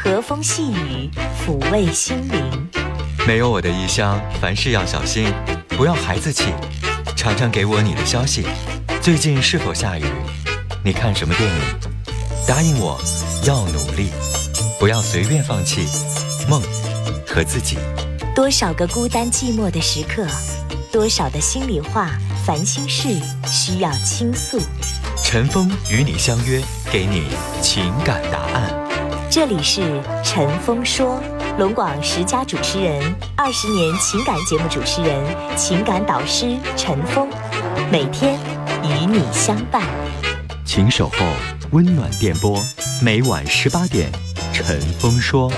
和风细雨抚慰心灵。 没有我的异乡，凡事要小心，不要孩子气。常常给我你的消息，最近是否下雨？你看什么电影？答应我，要努力，不要随便放弃梦和自己。 多少个孤单寂寞的时刻，多少的心里话、烦心事需要倾诉。 陈峰与你相约，给你情感答案。 这里是陈峰说，龙广10佳主持人，20年情感节目主持人，情感导师陈峰，每天与你相伴。 请守候温暖电波，每晚18点，陈峰说。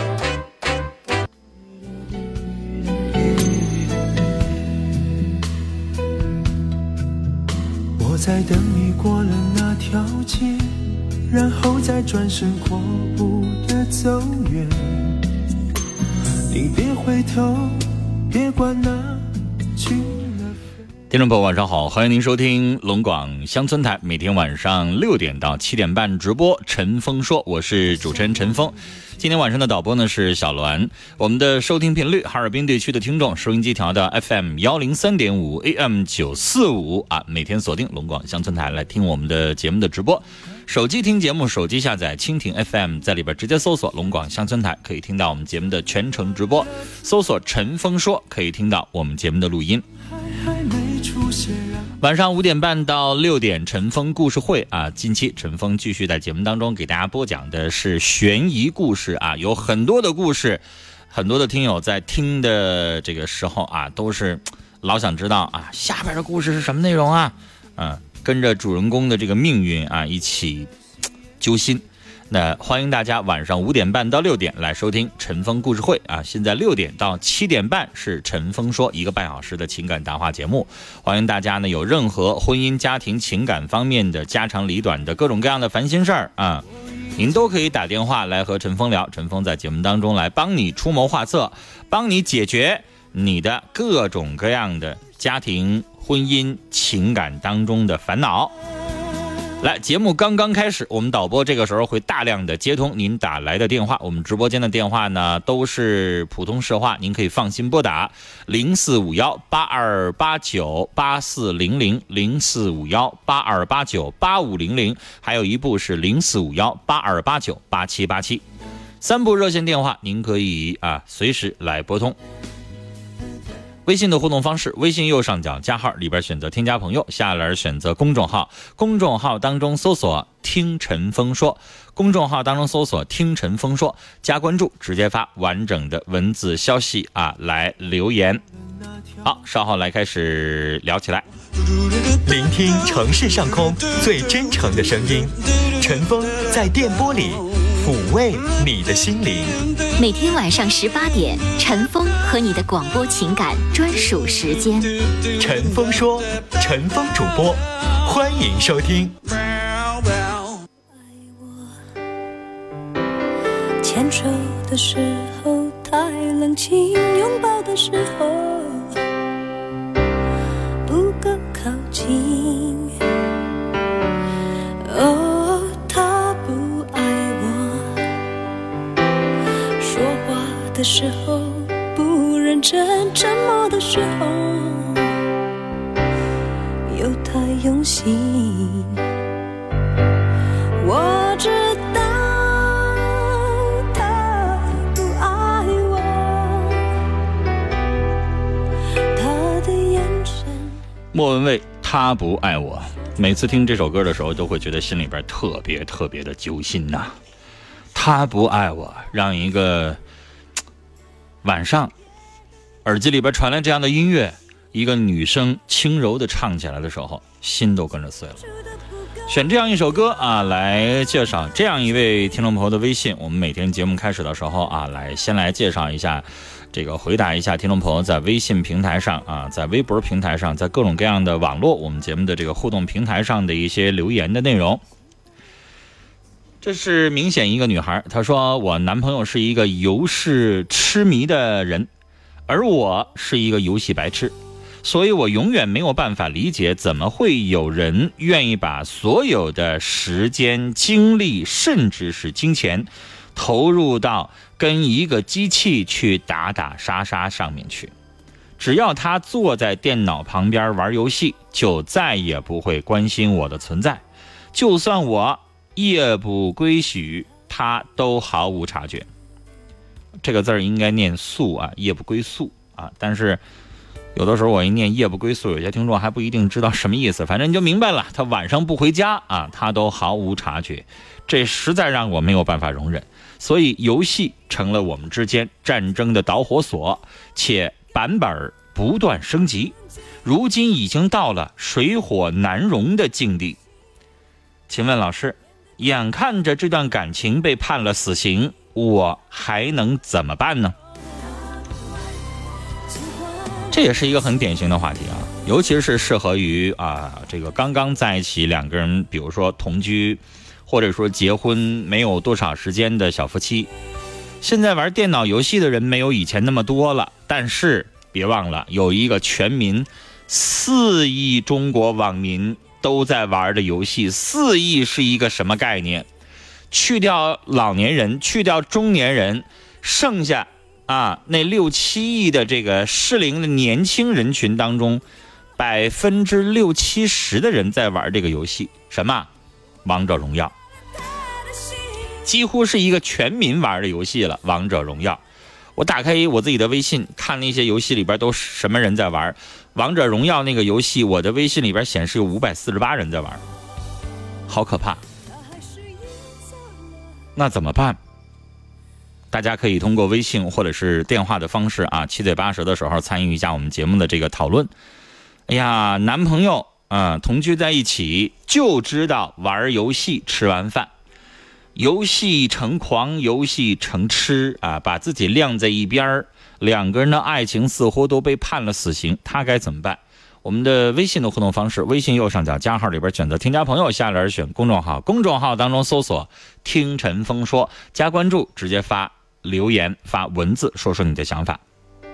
我在等你过了那条街，然后再转身阔步的走远。你别回头，别管那去哪飞。 听众朋友晚上好，欢迎您收听龙广乡村台，每天晚上6点到7点半直播陈峰说，我是主持人陈峰。今天晚上的导播呢是小栾。我们的收听频率，哈尔滨地区的听众收音机调到 FM 103.5 AM 945啊，每天锁定龙广乡村台来听我们的节目的直播。手机听节目，手机下载蜻蜓 FM， 在里边直接搜索龙广乡村台，可以听到我们节目的全程直播。搜索陈峰说，可以听到我们节目的录音。晚上5点半到6点，陈峰故事会啊，近期陈峰继续在节目当中给大家播讲的是悬疑故事啊，有很多的故事，很多的听友在听的这个时候啊，都是老想知道啊，下边的故事是什么内容啊，跟着主人公的这个命运啊一起揪心。那欢迎大家晚上5点半到6点来收听陈峰故事会啊！现在6点到7点半是陈峰说1个半小时的情感谈话节目，欢迎大家呢有任何婚姻、家庭、情感方面的家长里短的各种各样的烦心事儿啊，您都可以打电话来和陈峰聊，陈峰在节目当中来帮你出谋划策，帮你解决你的各种各样的家庭、婚姻、情感当中的烦恼。来，节目刚刚开始，我们导播这个时候会大量的接通您打来的电话，我们直播间的电话呢都是普通市话，您可以放心拨打045182898400 045182898500，还有一部是045182898787，三部热线电话您可以随时来拨通。微信的互动方式，微信右上角加号里边选择添加朋友，下栏选择公众号，公众号当中搜索听陈峰说，公众号当中搜索听陈峰说，加关注，直接发完整的文字消息来留言。好，稍后来开始聊起来。 聆听城市上空最真诚的声音，陈峰在电波里抚慰你的心灵。 每天晚上18点，陈峰和你的广播情感专属时间。 陈峰说，陈峰主播，欢迎收听。 牵手的时候太冷清，拥抱的时候不够靠近。他不爱我，说话的时候不认真，沉默的时候又太用心。我知道他不爱我，他的眼神。 莫文蔚，他不爱我。每次听这首歌的时候，都会觉得心里边特别特别的揪心呐。他不爱我，让一个晚上耳机里边传来这样的音乐，一个女生轻柔的唱起来的时候，心都跟着碎了。选这样一首歌来介绍这样一位听众朋友的微信。我们每天节目开始的时候先来介绍一下这个，回答一下听众朋友在微信平台上在微博平台上，在各种各样的网络我们节目的这个互动平台上的一些留言的内容。这是明显一个女孩，她说我男朋友是一个游戏痴迷的人，而我是一个游戏白痴，所以我永远没有办法理解怎么会有人愿意把所有的时间、精力，甚至是金钱投入到跟一个机器去打打杀杀上面去。只要他坐在电脑旁边玩游戏，就再也不会关心我的存在。就算我夜不归宿，他都毫无察觉。这个字儿应该念宿啊，夜不归宿啊。但是有的时候我一念夜不归宿，有些听众还不一定知道什么意思，反正你就明白了，他晚上不回家啊，他都毫无察觉。这实在让我没有办法容忍。所以游戏成了我们之间战争的导火索，且版本不断升级，如今已经到了水火难容的境地。请问老师，眼看着这段感情被判了死刑，我还能怎么办呢？这也是一个很典型的话题啊，尤其是适合于这个刚刚在一起两个人，比如说同居或者说结婚没有多少时间的小夫妻。现在玩电脑游戏的人没有以前那么多了，但是别忘了有一个全民4亿中国网民都在玩的游戏。4亿是一个什么概念？去掉老年人，去掉中年人，剩下那6、7亿的这个适龄的年轻人群当中，60%、70%的人在玩这个游戏。什么？王者荣耀。几乎是一个全民玩的游戏了，王者荣耀。我打开我自己的微信，看那些游戏里边都是什么人在玩。王者荣耀那个游戏，我的微信里边显示有548人在玩，好可怕。那怎么办？大家可以通过微信或者是电话的方式七嘴八舌的时候参与一下我们节目的这个讨论。哎呀，男朋友同居在一起就知道玩游戏，吃完饭游戏成狂，游戏成痴把自己晾在一边，两个人的爱情似乎都被判了死刑，他该怎么办？我们的微信的互动方式，微信右上角加号里边选择添加朋友，下栏选公众号，公众号当中搜索听陈峰说，加关注，直接发留言发文字说说你的想法。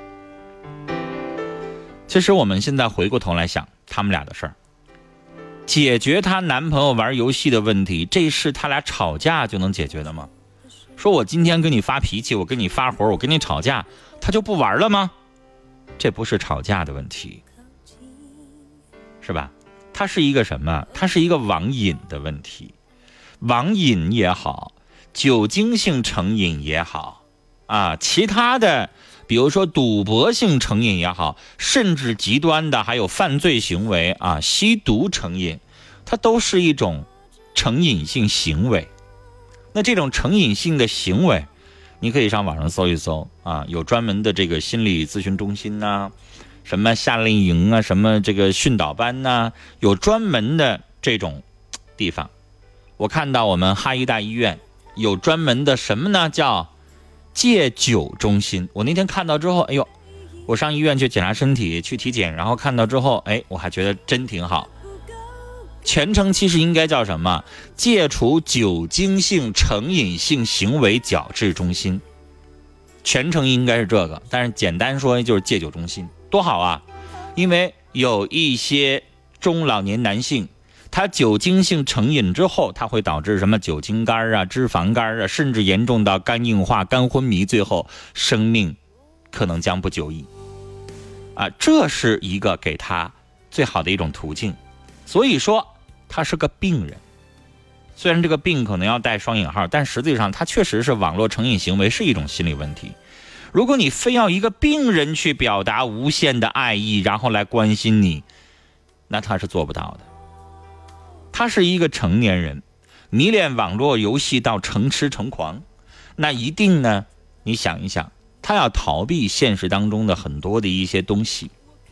其实我们现在回过头来想他们俩的事儿，解决她男朋友玩游戏的问题，这是他俩吵架就能解决的吗？说我今天跟你发脾气，我跟你发火，我跟你吵架，他就不玩了吗？这不是吵架的问题，是吧？它是一个什么？它是一个网瘾的问题。网瘾也好，酒精性成瘾也好其他的比如说赌博性成瘾也好，甚至极端的还有犯罪行为吸毒成瘾，它都是一种成瘾性行为。那这种成瘾性的行为，你可以上网上搜一搜有专门的这个心理咨询中心什么夏令营什么这个训导班有专门的这种地方。我看到我们哈医大医院有专门的什么呢？叫戒酒中心。我那天看到之后，哎呦，我上医院去检查身体，去体检，然后看到之后，我还觉得真挺好。全称其实应该叫什么？戒除酒精性成瘾性行为矫治中心。全称应该是这个，但是简单说就是戒酒中心，多好啊！因为有一些中老年男性，他酒精性成瘾之后，他会导致什么酒精肝脂肪肝甚至严重到肝硬化、肝昏迷，最后生命可能将不久矣这是一个给他最好的一种途径。所以说他是个病人，虽然这个病可能要带双引号，但实际上他确实是网络成瘾行为，是一种心理问题。如果你非要一个病人去表达无限的爱意，然后来关心你，那他是做不到的。他是一个成年人，迷恋网络游戏到成痴成狂，那一定呢，你想一想，他要逃避现实当中的很多的一些东西，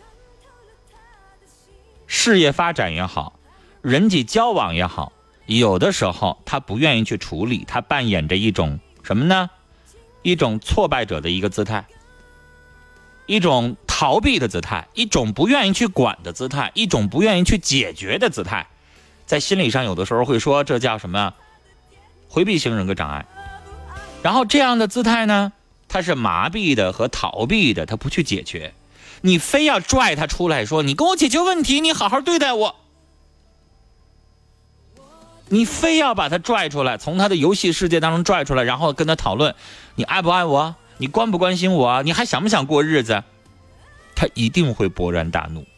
事业发展也好，人际交往也好，有的时候他不愿意去处理，他扮演着一种什么呢？一种挫败者的一个姿态，一种逃避的姿态，一种不愿意去管的姿态，一种不愿意去解决的姿态。在心理上有的时候会说这叫什么？回避型人格障碍。然后这样的姿态呢，它是麻痹的和逃避的，它不去解决。你非要拽他出来说，你跟我解决问题，你好好对待我， 你非要把他拽出来，从他的游戏世界当中拽出来，然后跟他讨论你爱不爱我，你关不关心我，你还想不想过日子，他一定会勃然大怒。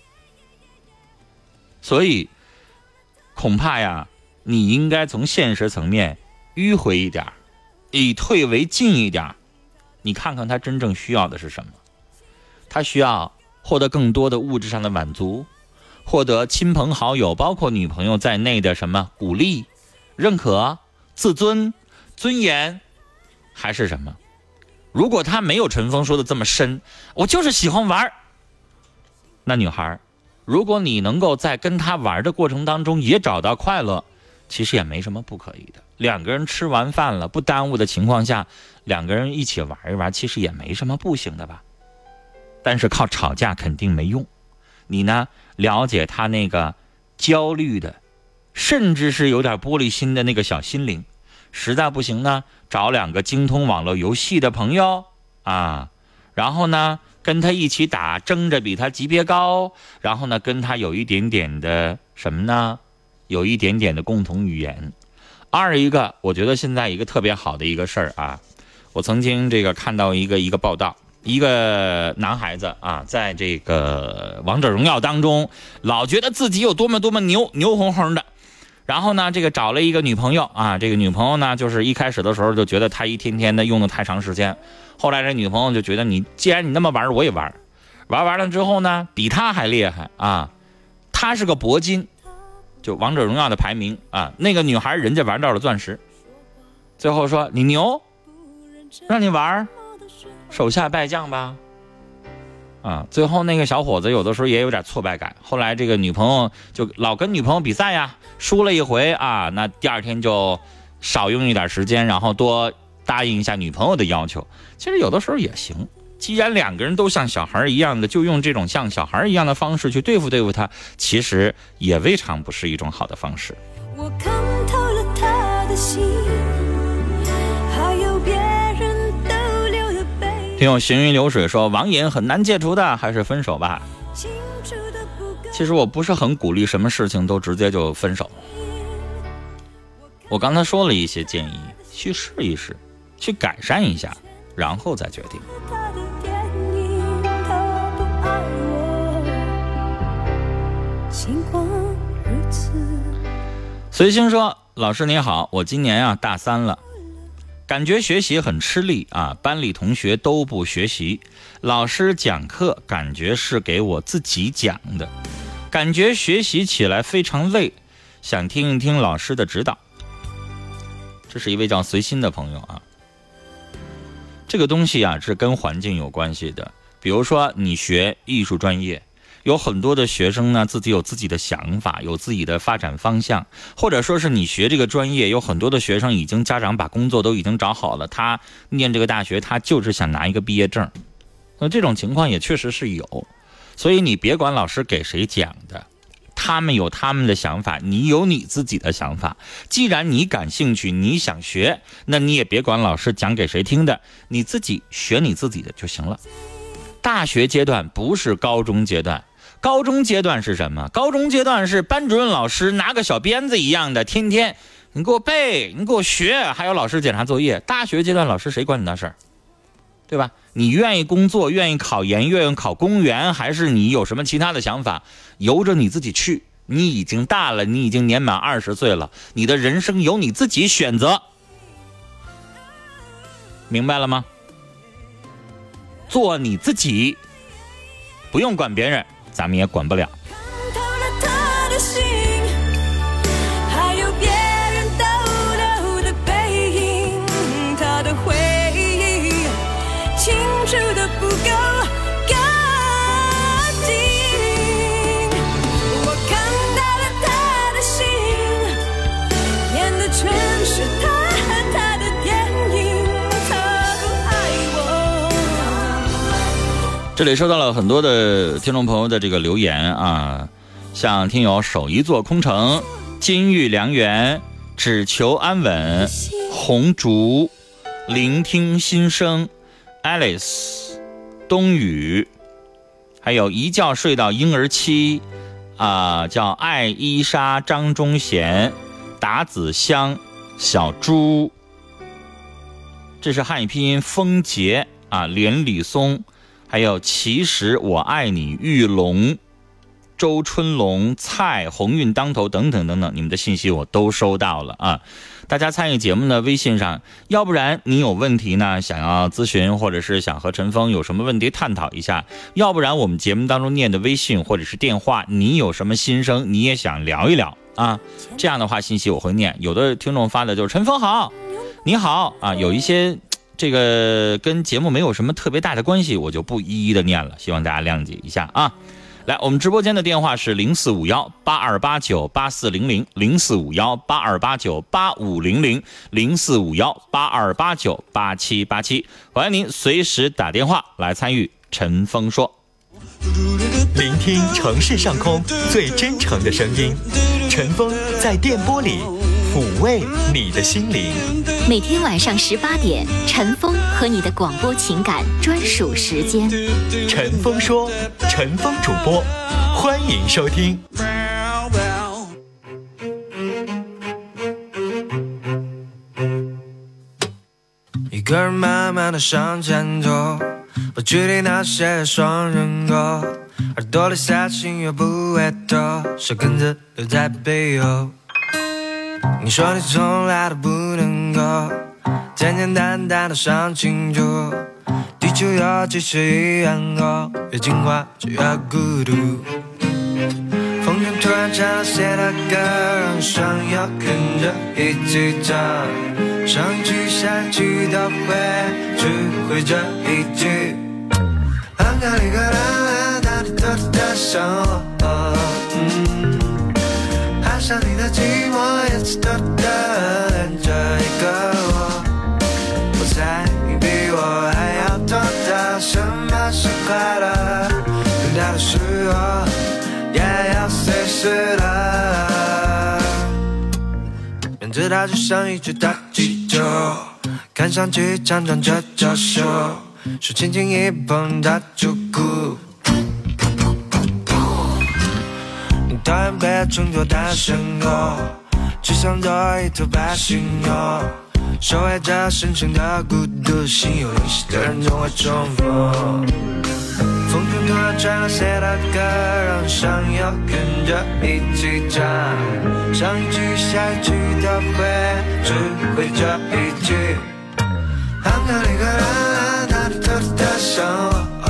所以恐怕呀，你应该从现实层面迂回一点，以退为进一点。你看看他真正需要的是什么？他需要获得更多的物质上的满足，获得亲朋好友包括女朋友在内的什么鼓励、认可、自尊、尊严，还是什么？如果他没有陈峰说的这么深，我就是喜欢玩，那女孩，如果你能够在跟他玩的过程当中也找到快乐，其实也没什么不可以的。两个人吃完饭了不耽误的情况下，两个人一起玩一玩，其实也没什么不行的吧。但是靠吵架肯定没用。你呢，了解他那个焦虑的，甚至是有点玻璃心的那个小心灵，实在不行呢，找两个精通网络游戏的朋友啊，然后呢跟他一起打，争着比他级别高，然后呢跟他有一点点的什么呢，有一点点的共同语言。二一个，我觉得现在一个特别好的一个事儿啊，我曾经这个看到一个报道，一个男孩子啊，在这个王者荣耀当中，老觉得自己有多么牛哄哄的，然后呢，这个找了一个女朋友啊，这个女朋友呢，就是一开始的时候就觉得他一天天的用的太长时间，后来这女朋友就觉得既然你那么玩，我也玩完了之后呢，比他还厉害啊，他是个铂金，就王者荣耀的排名啊，那个女孩人家玩到了钻石，最后说你牛，让你玩，手下败将吧。啊，最后那个小伙子有的时候也有点挫败感，后来这个女朋友就老跟女朋友比赛呀，输了一回啊，那第二天就少用一点时间，然后多答应一下女朋友的要求。其实有的时候也行，既然两个人都像小孩一样的，就用这种像小孩一样的方式去对付他，其实也未尝不是一种好的方式。 我看透了他的心，还有别人逗留的背影。 听友行云流水说，网瘾很难戒除的，还是分手吧。其实我不是很鼓励什么事情都直接就分手。我刚才说了一些建议，去试一试，去改善一下，然后再决定。随心说，老师你好，我今年啊大3了，感觉学习很吃力啊，班里同学都不学习，老师讲课感觉是给我自己讲的，感觉学习起来非常累，想听一听老师的指导。这是一位叫随心的朋友啊。这个东西啊是跟环境有关系的，比如说你学艺术专业，有很多的学生呢自己有自己的想法，有自己的发展方向，或者说是你学这个专业，有很多的学生家长把工作都已经找好了，他念这个大学他就是想拿一个毕业证，那这种情况也确实是有。所以你别管老师给谁讲的，他们有他们的想法，你有你自己的想法。既然你感兴趣，你想学，那你也别管老师讲给谁听的，你自己学你自己的就行了。大学阶段不是高中阶段，高中阶段是什么？高中阶段是班主任老师拿个小鞭子一样的，天天你给我背，你给我学，还有老师检查作业。大学阶段老师谁管你那事儿，对吧？你愿意工作，愿意考研，愿意考公务员，还是你有什么其他的想法，由着你自己去。你已经大了，你已经年满20岁了，你的人生由你自己选择，明白了吗？做你自己，不用管别人，咱们也管不了。 看透了他的心，还有别人逗留的背影，他的回忆清楚的不够干净。我看到了他的心，演的全是他的电影，他不爱我。 这里收到了很多的听众朋友的这个留言啊，像听友手一座空城、金玉良缘、只求安稳、红烛、聆听心声、Alice、冬雨，还有一觉睡到婴儿期啊，叫爱伊莎张忠贤、 达子香、小猪，这是汉语拼音丰杰啊，连李松，还有其实我爱你、玉龙、周春龙、蔡鸿运当头等等等等，你们的信息我都收到了啊。大家参与节目呢，微信上，要不然你有问题呢，想要咨询，或者是想和陈峰有什么问题探讨一下，要不然我们节目当中念的微信或者是电话，你有什么心声，你也想聊一聊啊，这样的话信息我会念。有的听众发的就是陈峰好，你好啊，有一些这个跟节目没有什么特别大的关系，我就不一一的念了，希望大家谅解一下啊。来，我们直播间的电话是0451-8289-8400 0451-8289-8500 0451-8289-8787，欢迎您随时打电话来参与陈峰说。 聆听城市上空最真诚的声音，陈峰在电波里抚慰你的心灵。 每天晚上18点，陈峰和你的广播情感专属时间。 陈峰说，陈峰主播，欢迎收听。 一个人慢慢的向前走，不距离那些双人歌，耳朵里下心又不会多，舌根子留在背后。你说你从来都不能够简简单单的想清楚，地球有几十亿人口，越进化就越孤独。风筝突然唱了谁的歌，让想要跟着一起唱，上一句下一句都会，只会这一句。安卡里克拉拉那里多的想我，爱上你的寂寞也是多的恋着一个我，我猜你比我还要懂得什么是快乐，等到的时候也要随时的，面对它就像一只大气球，看上去强壮着娇羞，手轻轻一碰它就哭。你讨厌被称作单身狗，只想做一头白犀牛，守卫着深深的孤独，心有灵犀的人总会重逢。风筝突然传了谁的歌，让人想要跟着一起唱，上一句下一句都会，只会这一句。安卡里克拉拉那里偷偷的想我，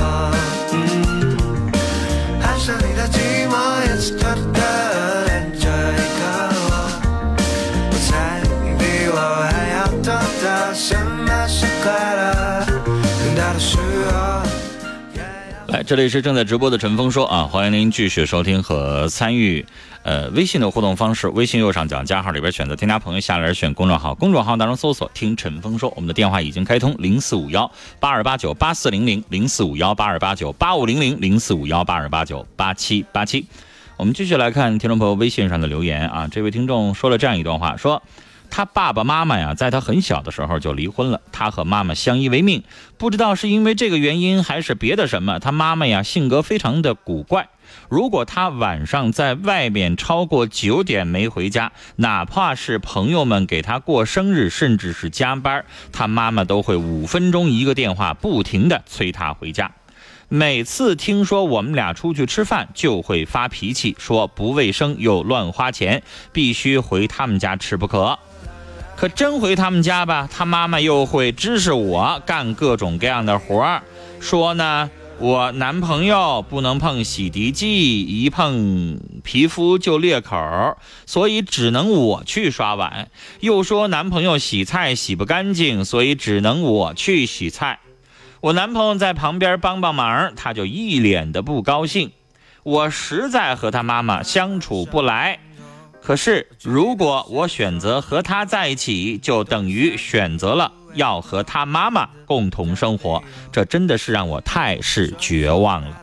爱上你的寂寞也是偷偷的恋着一个我，我猜你比我还要懂得什么是快乐，等到的时候。 来，这里是正在直播的陈峰说啊，欢迎您继续收听和参与。微信的互动方式，微信右上角加号里边选择添加朋友，下来选公众号，公众号当中搜索听陈峰说。我们的电话已经开通0451-8289-8400 0451-8289-8500 0451-8289-8787。我们继续来看听众朋友微信上的留言啊，这位听众说了这样一段话，说他爸爸妈妈呀，在他很小的时候就离婚了，他和妈妈相依为命，不知道是因为这个原因还是别的什么，他妈妈呀性格非常的古怪，如果他晚上在外面超过9点没回家，哪怕是朋友们给他过生日，甚至是加班，他妈妈都会5分钟一个电话，不停地催他回家。每次听说我们俩出去吃饭，就会发脾气，说不卫生又乱花钱，必须回他们家吃不可。可真回他们家吧，他妈妈又会指使我干各种各样的活，说呢我男朋友不能碰洗涤剂，一碰皮肤就裂口，所以只能我去刷碗，又说男朋友洗菜洗不干净，所以只能我去洗菜。我男朋友在旁边帮帮忙，他就一脸的不高兴。我实在和他妈妈相处不来，可是如果我选择和他在一起，就等于选择了要和他妈妈共同生活，这真的是让我太是绝望了。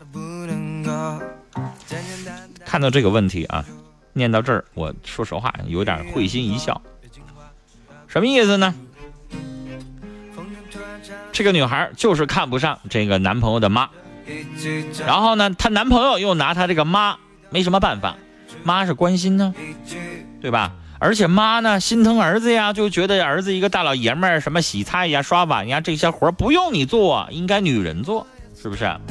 看到这个问题啊，念到这儿，我说实话有点会心一笑。什么意思呢？这个女孩就是看不上这个男朋友的妈，然后呢，她男朋友又拿她这个妈没什么办法，妈是关心呢，对吧？ 而且妈呢心疼儿子呀，就觉得儿子一个大老爷们儿，什么洗菜呀、刷碗呀这些活不用你做，应该女人做，是不是？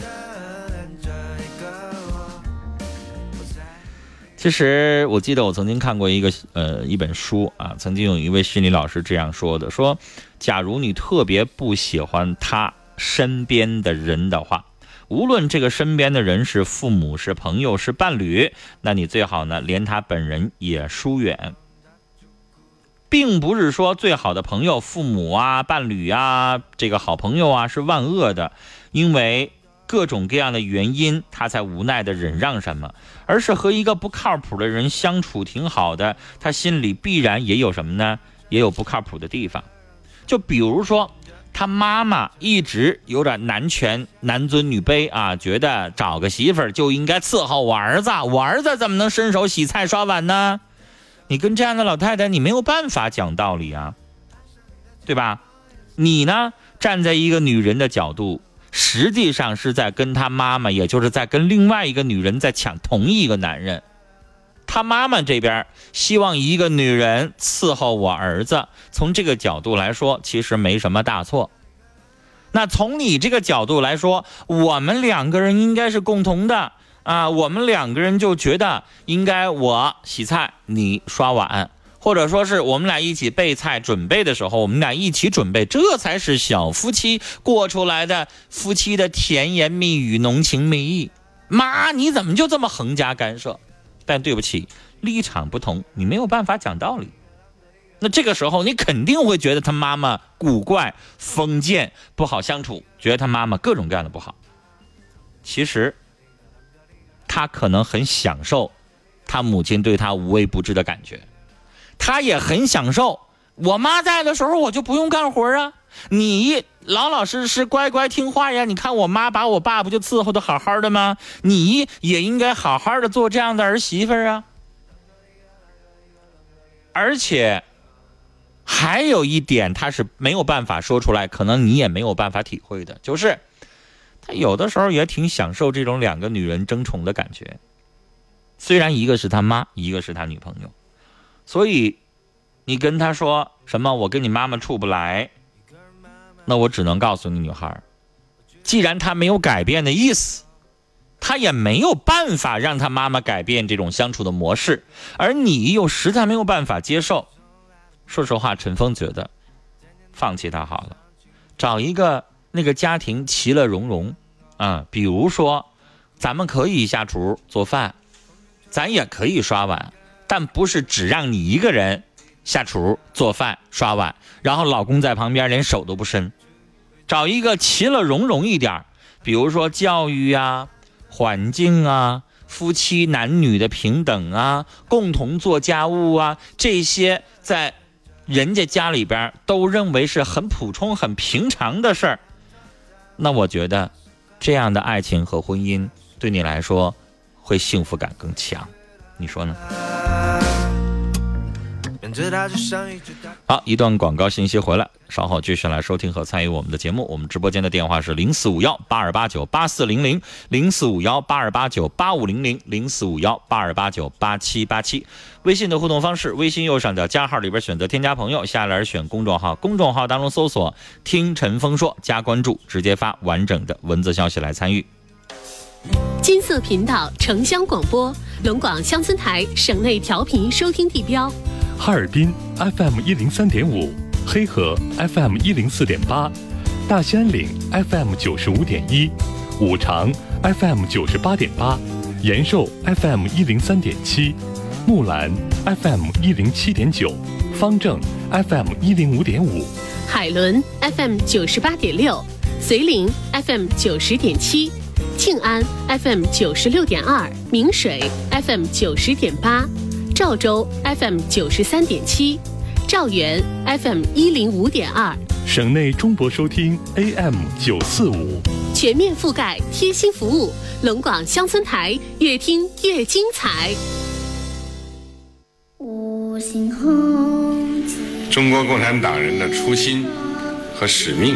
其实我记得我曾经看过一本书啊，曾经有一位心理老师这样说的，说假如你特别不喜欢他身边的人的话，无论这个身边的人是父母、是朋友、是伴侣，那你最好呢连他本人也疏远。并不是说最好的朋友、父母啊、伴侣啊、这个好朋友啊是万恶的，因为各种各样的原因他才无奈的忍让什么，而是和一个不靠谱的人相处挺好的，他心里必然也有什么呢？也有不靠谱的地方。就比如说他妈妈一直有点男权男尊女卑啊，觉得找个媳妇儿就应该伺候我儿子，我儿子怎么能伸手洗菜刷碗呢？你跟这样的老太太你没有办法讲道理啊，对吧？你呢站在一个女人的角度，实际上是在跟他妈妈，也就是在跟另外一个女人在抢同一个男人。他妈妈这边希望一个女人伺候我儿子，从这个角度来说其实没什么大错。那从你这个角度来说，我们两个人应该是共同的啊，我们两个人就觉得应该我洗菜你刷碗，或者说是我们俩一起备菜准备的时候我们俩一起准备，这才是小夫妻过出来的夫妻的甜言蜜语浓情蜜意。妈你怎么就这么横加干涉？但对不起，立场不同，你没有办法讲道理。那这个时候你肯定会觉得他妈妈古怪封建不好相处，觉得他妈妈各种各样的不好。其实他可能很享受他母亲对他无微不至的感觉，他也很享受我妈在的时候我就不用干活啊，你老老实实乖乖听话呀，你看我妈把我爸不就伺候的好好的吗？你也应该好好的做这样的儿媳妇啊。而且还有一点他是没有办法说出来，可能你也没有办法体会的，就是他有的时候也挺享受这种两个女人争宠的感觉。虽然一个是他妈，一个是他女朋友，所以你跟他说什么我跟你妈妈处不来，那我只能告诉你女孩，既然他没有改变的意思，他也没有办法让他妈妈改变这种相处的模式，而你又实在没有办法接受，说实话陈峰觉得放弃他好了，找一个那个家庭其乐融融啊，比如说咱们可以下厨做饭，咱也可以刷碗，但不是只让你一个人下厨做饭刷碗，然后老公在旁边连手都不伸。找一个其乐融融一点，比如说教育啊、环境啊、夫妻男女的平等啊、共同做家务啊，这些在人家家里边都认为是很普通很平常的事儿，那我觉得这样的爱情和婚姻对你来说会幸福感更强，你说呢？好，一段广告信息回来，稍后继续来收听和参与我们的节目。我们直播间的电话是0451-8289-8400，0451-8289-8500，0451-8289-8787。微信的互动方式，微信右上角加号里边选择添加朋友，下来选公众号，公众号当中搜索听陈峰说，加关注，直接发完整的文字消息来参与。 金色频道城乡广播，龙广乡村台省内调频收听地标， 哈尔滨 FM 103.5，黑河 FM 104.8，大兴安岭 FM 95.1，五常 FM 98.8，延寿 FM 103.7，木兰 FM 107.9，方正 FM 105.5， 海伦 FM 98.6，绥宁 FM 90.7。庆安 FM 96.2，明水 FM 90.8，赵州 FM 93.7，赵源 FM 105.2， 省内中波收听 AM 945， 全面覆盖，贴心服务。龙广乡村台，越听越精彩。 五星红旗， 中国共产党人的初心和使命，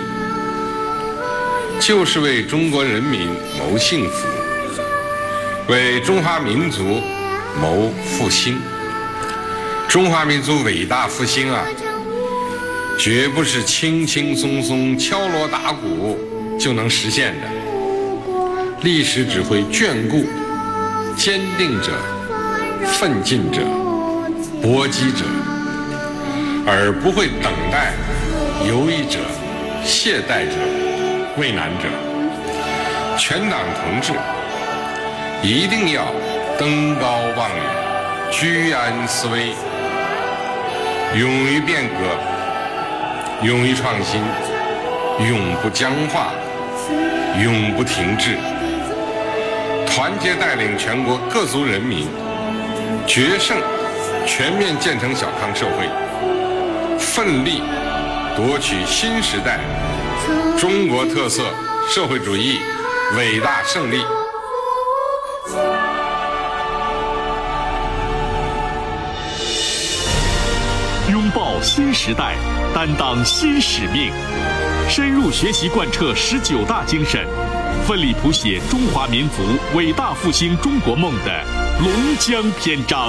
就是为中国人民谋幸福，为中华民族谋复兴。 中华民族伟大复兴啊，绝不是轻轻松松敲锣打鼓就能实现的。历史只会眷顾坚定者、奋进者、搏击者，而不会等待犹豫者、懈怠者、畏难者。全党同志一定要登高望远，居安思危，勇于变革，勇于创新，永不僵化，永不停滞，团结带领全国各族人民决胜全面建成小康社会，奋力夺取新时代中国特色社会主义伟大胜利。 拥抱新时代，担当新使命，深入学习贯彻19大精神，奋力谱写中华民族伟大复兴中国梦的龙江篇章。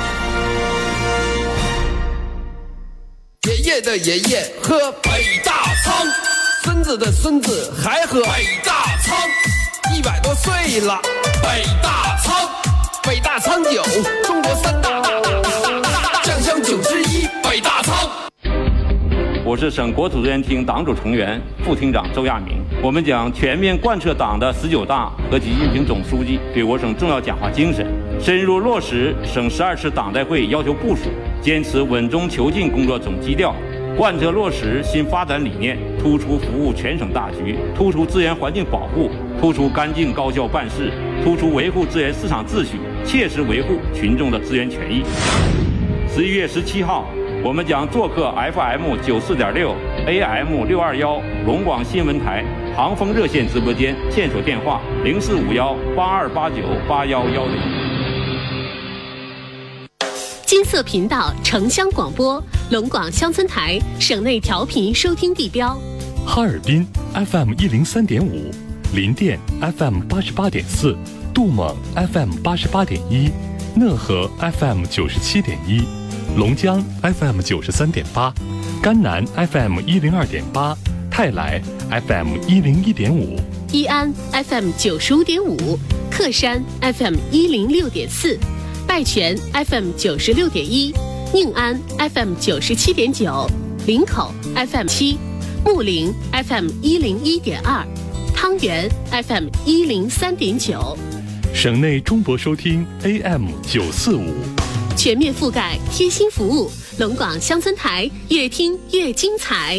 爷爷的爷爷喝北大仓，孙子的孙子还喝北大仓，100多岁了，北大仓，北大仓酒，中国3大酱香酒之一，北大仓。 我是省国土资源厅党组成员、副厅长周亚明。我们将全面贯彻党的19大和习近平总书记对我省重要讲话精神，深入落实省12次党代会要求部署，坚持稳中求进工作总基调，贯彻落实新发展理念，突出服务全省大局，突出资源环境保护，突出干净高效办事，突出维护资源市场秩序，切实维护群众的资源权益。11月17号，我们将做客 FM 94.6、AM 621龙广新闻台航风热线直播间，线索电话045182898110。 金色频道城乡广播，龙广乡村台省内调频收听地标。 哈尔滨 FM 103.5，林甸 FM 88.4，杜蒙 FM 88.1，讷河 FM 97.1，龙江 FM 93.8，甘南 FM 102.8，泰来 FM 101.5， 义安 FM 95.5，克山 FM 106.4，拜泉 FM 96.1，宁安 FM 97.9，林口 FM 7，木陵 FM 101.2，汤原 FM 103.9。 省内中博收听 AM 945， 全面覆盖，贴心服务。龙广乡村台，越听越精彩。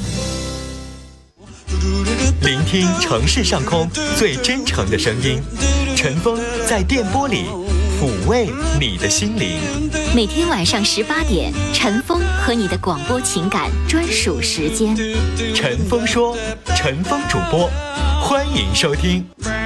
聆听城市上空最真诚的声音，陈峰在电波里抚慰你的心灵。 每天晚上18点，陈峰和你的广播情感专属时间。 陈峰说，陈峰主播，欢迎收听。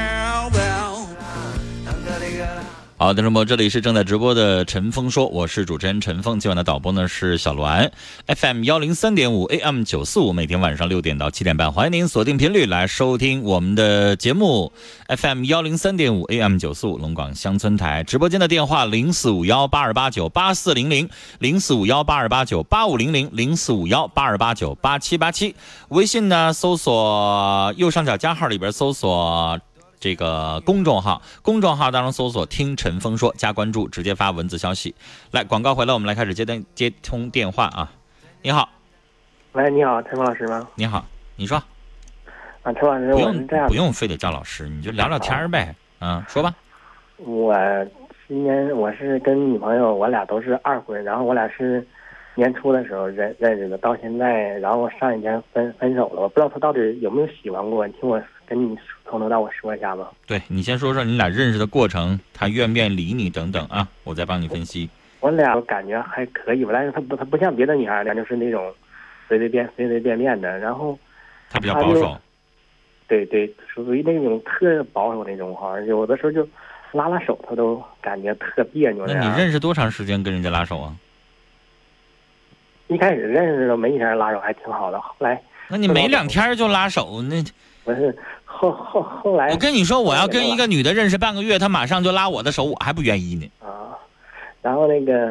好的，那么这里是正在直播的陈峰说，我是主持人陈峰。今晚的导播呢是小栾 ，FM 103.5 AM 945，每天晚上6点到7点半，欢迎您锁定频率来收听我们的节目 FM 103.5 AM 945龙广乡村台。直播间的电话045182898400 045182898500 045182898787。微信呢搜索右上角加号里边搜索这个公众号当中搜索听陈峰说，加关注，直接发文字消息。来，广告回来，我们来开始接通电话啊。你好。 喂，你好，陈峰老师吗？ 你好，你说。 啊，陈老师，我是这样， 不用非得叫老师，你就聊聊天呗。说吧。 我今年我是跟女朋友，我俩都是2婚，然后我俩是年初的时候认识的，到现在，然后上一年分手了。我不知道他到底有没有喜欢过，你听我跟你从头到尾说一下吧。 对，你先说说你俩认识的过程，他愿不愿意理你等等啊，我再帮你分析。 我俩感觉还可以吧，但是他不像别的女孩俩，就是那种随随便便的，然后他比较保守。 对，属于那种特保守那种，好像有的时候就拉手他都感觉特别扭。 那你认识多长时间跟人家拉手啊？ 一开始认识的没一天拉手还挺好的，后来那你没2天就拉手，那不是后来。 我跟你说，我要跟一个女的认识半个月，她马上就拉我的手，我还不愿意呢。 然后那个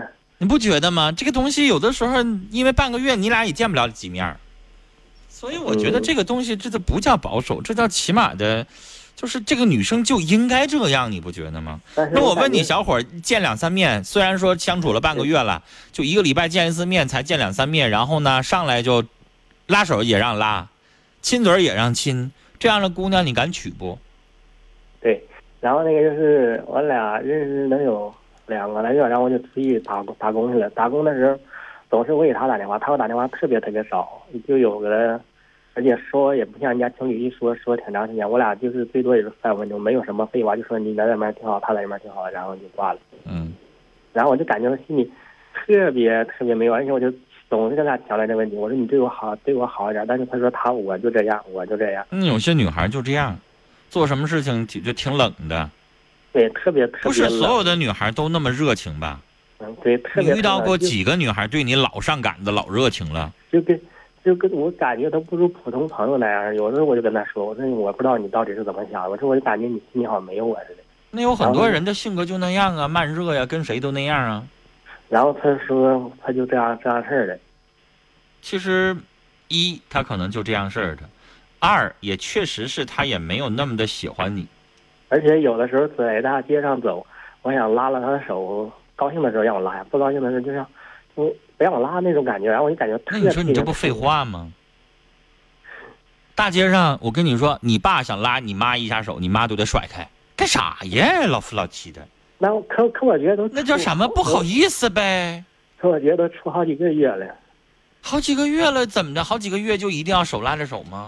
你不觉得吗？这个东西有的时候因为半个月你俩也见不了几面，所以我觉得这个东西这都不叫保守，这叫起码的，就是这个女生就应该这样，你不觉得吗？那我问你，小伙见2、3面，虽然说相处了半个月了，就1个礼拜见1次面，才见2、3面，然后呢上来就拉手也让拉，亲嘴也让亲，这样的姑娘你敢娶不？ 对，然后那个就是我俩认识能有2个来月，然后我就出去打工去了。打工的时候总是我给他打电话，他给我打电话特别少，就有个，而且说也不像人家情侣一说挺长时间，我俩就是最多也是3分钟，没有什么废话，就说你在那边挺好，他在那边挺好，然后就挂了。然后我就感觉心里特别没有，而且我就总是跟他强调这个问题，我说你对我好一点，但是他说我就这样。 有些女孩就这样，做什么事情就挺冷的。 对，特别不是所有的女孩都那么热情吧？ 对， 你遇到过几个女孩对你老上赶的、老热情了？ 就跟我感觉都不如普通朋友那样。有时候我就跟他说，我说我不知道你到底是怎么想的，我说我就感觉你心里好像没有我似的。 那有很多人的性格就那样啊，慢热呀，跟谁都那样啊。 然后他说他就这样事儿的。 其实1他可能就这样事儿的，2也确实是他也没有那么的喜欢你。 而且有的时候在大街上走，我想拉了他的手，高兴的时候让我拉，不高兴的时候就像不让我拉那种感觉，然后我就感觉特别。 那你说你这不废话吗？大街上我跟你说，你爸想拉你妈一下手，你妈都得甩开，干啥呀？老夫老妻的。 那可我觉得都那叫什么不好意思呗？ 可我觉得都处好几个月了。 好几个月了，怎么的？好几个月就一定要手拉着手吗？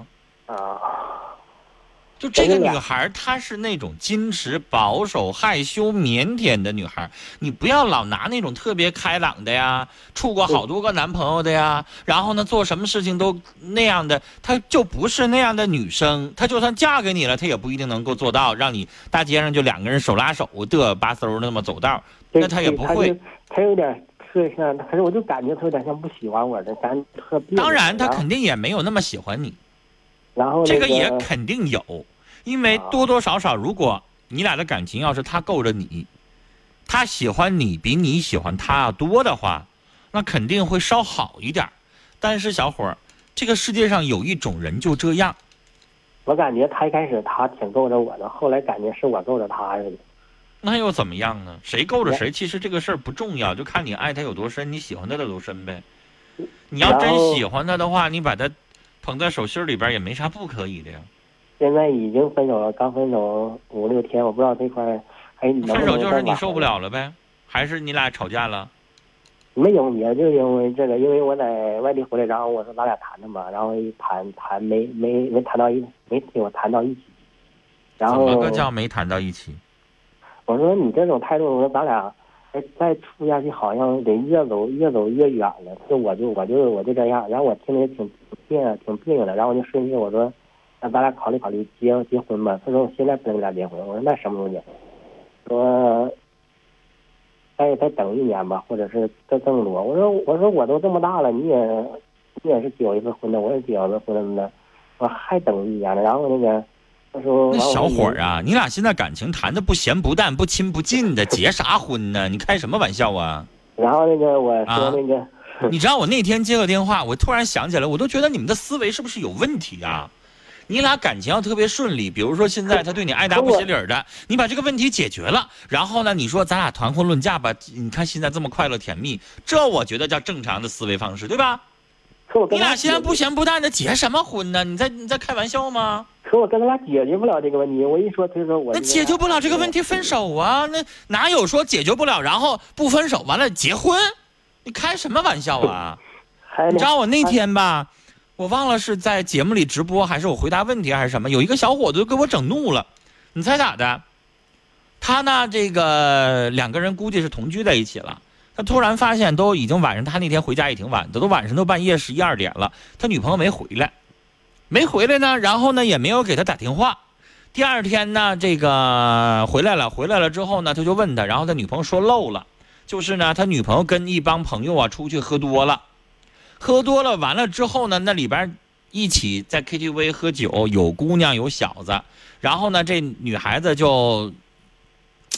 就这个女孩，她是那种矜持、保守、害羞、腼腆的女孩，你不要老拿那种特别开朗的呀，处过好多个男朋友的呀，然后呢做什么事情都那样的，她就不是那样的女生。她就算嫁给你了，她也不一定能够做到让你大街上就2个人手拉手的巴嗖的那么走道，那她也不会。 她有点特像，可是我就感觉她有点像不喜欢我的，感觉特别。 当然，她肯定也没有那么喜欢你。 然后这个也肯定有，因为多多少少，如果你俩的感情要是他够着你，他喜欢你比你喜欢他要多的话，那肯定会稍好一点。但是小伙儿，这个世界上有一种人就这样。 我感觉他一开始他挺够着我的，后来感觉是我够着他似的。 那又怎么样呢？谁够着谁，其实这个事儿不重要，就看你爱他有多深，你喜欢他的多深呗。你要真喜欢他的话，你把他捧在手心里边也没啥不可以的呀。 现在已经分手了，刚分手5、6天，我不知道这块还能不能。 分手就是你受不了了呗，还是你俩吵架了？ 没有，也就因为这个，因为我在外地回来，然后我说咱俩谈谈吧，然后一谈没谈到没给我谈到一起。然后怎么个叫没谈到一起？ 我说你这种态度，我说咱俩再处下去好像得越走越远了。我就这样，然后我听着也挺别扭的，然后我就顺势我说，那咱俩考虑结婚吧。他说我现在不能跟咱结婚。我说那什么时候结？说再等1年吧，或者是再更多。我说我都这么大了，你也是结过一次婚的，我也结过一次婚的，我还等1年呢。然后那个。 那小伙儿啊，你俩现在感情谈的不咸不淡不亲不近的，结啥婚呢？你开什么玩笑啊？ 然后那个我说那个， 你知道我那天接个电话，我突然想起来，我都觉得你们的思维是不是有问题啊？你俩感情要特别顺利，比如说现在他对你爱答不理的，你把这个问题解决了，然后呢，你说咱俩谈婚论嫁吧，你看现在这么快乐甜蜜，这我觉得叫正常的思维方式，对吧？你俩现在不咸不淡的结什么婚呢？你在开玩笑吗？ 可我跟他俩解决不了这个问题，我一说他说我那解决不了这个问题分手啊？那哪有说解决不了然后不分手完了结婚？你开什么玩笑啊？你知道我那天吧，我忘了是在节目里直播还是我回答问题还是什么，有一个小伙子就给我整怒了。你猜咋的？他呢这个2个人估计是同居在一起了，他突然发现都已经晚上，他那天回家也挺晚的，都晚上都半夜11、12点了，他女朋友没回来呢，然后呢也没有给他打电话。第2天呢这个回来了之后呢，他就问他，然后他女朋友说漏了，就是呢他女朋友跟一帮朋友啊出去喝多了完了之后呢，那里边一起在 KTV 喝酒，有姑娘有小子，然后呢这女孩子就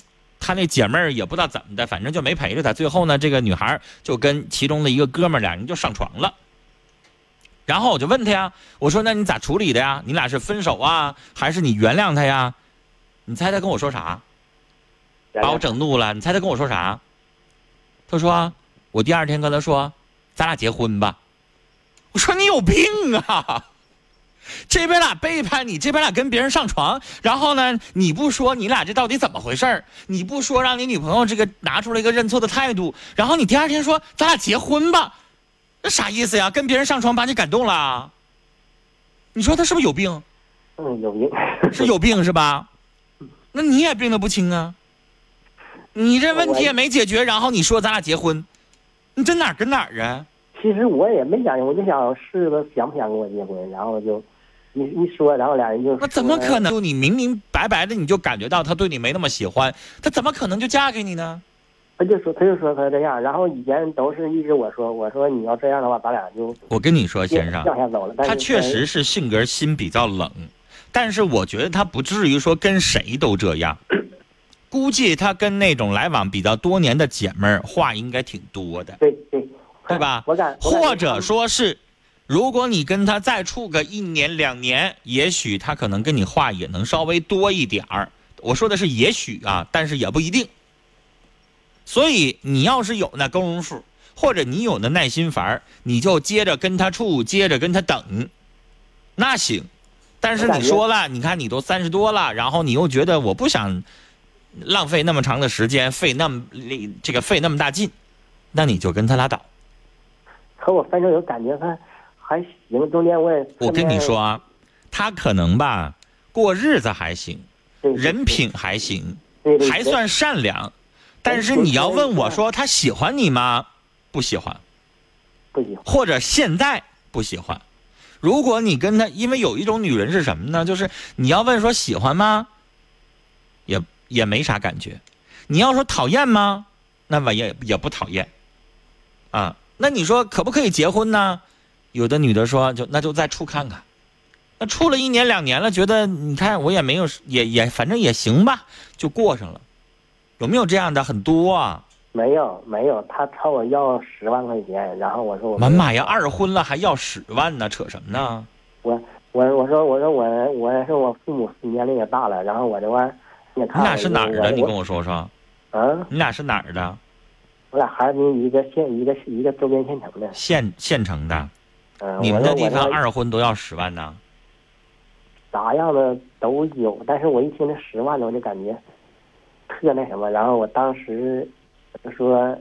他那姐妹儿也不知道怎么的，反正就没陪着他。最后呢，这个女孩就跟其中的一个哥们儿俩人就上床了。然后我就问他呀，我说那你咋处理的呀？你俩是分手啊，还是你原谅他呀？你猜他跟我说啥？把我整怒了。你猜他跟我说啥？他说我第二天跟他说咱俩结婚吧。我说你有病啊！这边俩背叛你，这边俩跟别人上床，然后呢，你不说你俩这到底怎么回事？你不说让你女朋友这个拿出了一个认错的态度，然后你第二天说咱俩结婚吧，那啥意思呀？跟别人上床把你感动了？你说他是不是有病？ 有病。 是有病是吧？那你也病得不轻啊！你这问题也没解决，然后你说咱俩结婚，你这哪儿跟哪儿啊？ 其实我也没想，我就想试着想不想跟我结婚，然后就一说，然后俩人就那怎么可能？就你明明白白的，你就感觉到他对你没那么喜欢，他怎么可能就嫁给你呢？ 他就说他这样，然后以前都是一直我说你要这样的话，咱俩就我跟你说，先生， 向下走了。 他确实是性格心比较冷，但是我觉得他不至于说跟谁都这样。估计他跟那种来往比较多年的姐妹儿话应该挺多的。对吧？或者说是，如果你跟他再处个1年2年，也许他可能跟你话也能稍微多一点儿。我说的是也许啊，但是也不一定。所以你要是有那功夫，或者你有那耐心法儿，你就接着跟他处，接着跟他等，那行。但是你说了，你看你都30多了，然后你又觉得我不想浪费那么长的时间，费那么大劲，那你就跟他拉倒。 和我分手有感觉，他还行。中间我跟你说啊，他可能吧过日子还行，人品还行，还算善良。但是你要问我说他喜欢你吗？不喜欢，或者现在不喜欢。如果你跟他，因为有一种女人是什么呢？就是你要问说喜欢吗？也没啥感觉。你要说讨厌吗？那么也不讨厌啊。那你说可不可以结婚呢？有的女的说那就再处看看，那处了1年2年了，觉得你看我也没有也反正也行吧，就过上了。有没有这样的？很多啊。 没有，他朝我要10万块钱，然后我说满妈呀，2婚了还要10万呢，扯什么呢？ 我说我父母年龄也大了，然后我这玩意儿你看。 你俩是哪儿的？你跟我说说。 啊？ 你俩是哪儿的？ 我俩哈尔滨一个周边县城的。 县城的。你们这地方2婚都要10万呢？ 啥样的都有，但是我一听这10万的，我就感觉特那什么。然后我当时就说，